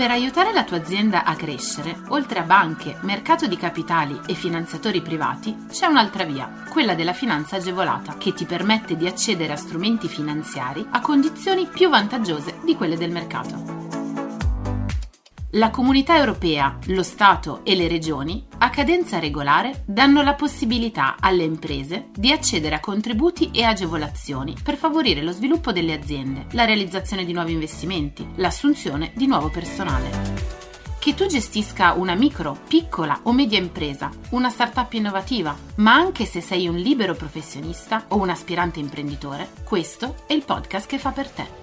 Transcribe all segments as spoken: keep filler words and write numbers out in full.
Per aiutare la tua azienda a crescere, oltre a banche, mercato di capitali e finanziatori privati, c'è un'altra via, quella della finanza agevolata, che ti permette di accedere a strumenti finanziari a condizioni più vantaggiose di quelle del mercato. La Comunità Europea, lo Stato e le Regioni, a cadenza regolare, danno la possibilità alle imprese di accedere a contributi e agevolazioni per favorire lo sviluppo delle aziende, la realizzazione di nuovi investimenti, l'assunzione di nuovo personale. Che tu gestisca una micro, piccola o media impresa, una startup innovativa, ma anche se sei un libero professionista o un aspirante imprenditore, questo è il podcast che fa per te.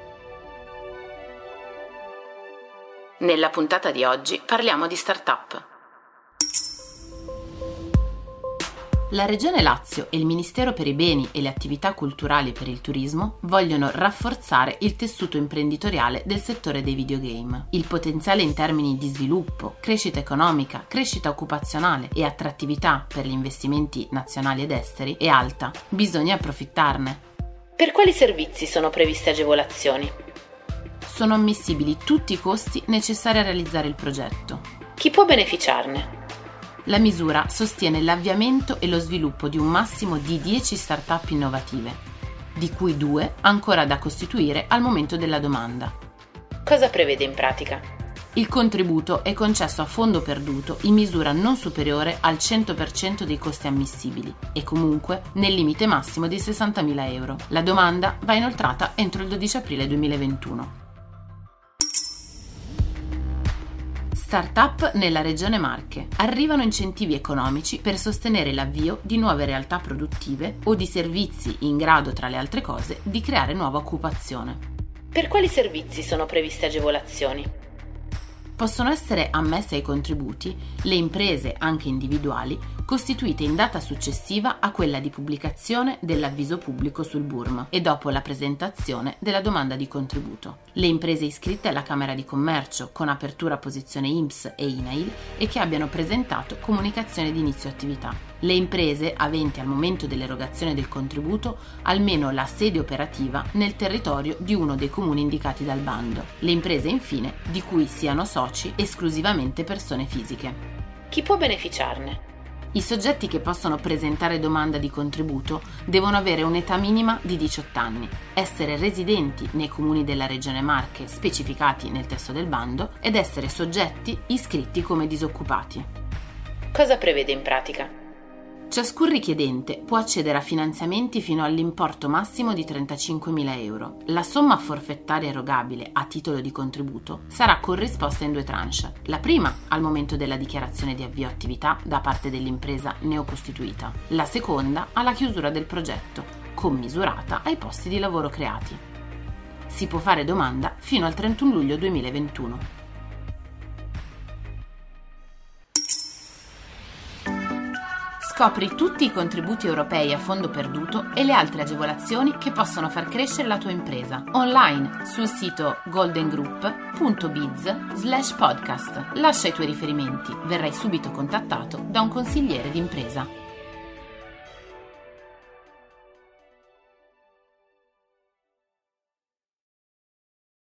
Nella puntata di oggi parliamo di startup. La Regione Lazio e il Ministero per i Beni e le Attività Culturali e per il Turismo vogliono rafforzare il tessuto imprenditoriale del settore dei videogame. Il potenziale in termini di sviluppo, crescita economica, crescita occupazionale e attrattività per gli investimenti nazionali ed esteri è alta. Bisogna approfittarne. Per quali servizi sono previste agevolazioni? Sono ammissibili tutti i costi necessari a realizzare il progetto. Chi può beneficiarne? La misura sostiene l'avviamento e lo sviluppo di un massimo di dieci start-up innovative, di cui due ancora da costituire al momento della domanda. Cosa prevede in pratica? Il contributo è concesso a fondo perduto in misura non superiore al cento per cento dei costi ammissibili e comunque nel limite massimo di sessantamila euro. La domanda va inoltrata entro il dodici aprile duemilaventuno. Startup nella Regione Marche. Arrivano incentivi economici per sostenere l'avvio di nuove realtà produttive o di servizi in grado, tra le altre cose, di creare nuova occupazione. Per quali servizi sono previste agevolazioni? Possono essere ammesse ai contributi le imprese, anche individuali, costituite in data successiva a quella di pubblicazione dell'avviso pubblico sul B U R M e dopo la presentazione della domanda di contributo. Le imprese iscritte alla Camera di Commercio con apertura a posizione I N P S e I N A I L e che abbiano presentato comunicazione di inizio attività. Le imprese aventi al momento dell'erogazione del contributo almeno la sede operativa nel territorio di uno dei comuni indicati dal bando. Le imprese, infine, di cui siano soci esclusivamente persone fisiche. Chi può beneficiarne? I soggetti che possono presentare domanda di contributo devono avere un'età minima di diciotto anni, essere residenti nei comuni della Regione Marche specificati nel testo del bando ed essere soggetti iscritti come disoccupati. Cosa prevede in pratica? Ciascun richiedente può accedere a finanziamenti fino all'importo massimo di trentacinquemila euro. La somma forfettaria erogabile a titolo di contributo sarà corrisposta in due tranche. La prima al momento della dichiarazione di avvio attività da parte dell'impresa neocostituita. La seconda alla chiusura del progetto, commisurata ai posti di lavoro creati. Si può fare domanda fino al trentuno luglio duemilaventuno. Scopri tutti i contributi europei a fondo perduto e le altre agevolazioni che possono far crescere la tua impresa online sul sito goldengroup punto biz slash podcast. Lascia i tuoi riferimenti, verrai subito contattato da un consigliere d'impresa.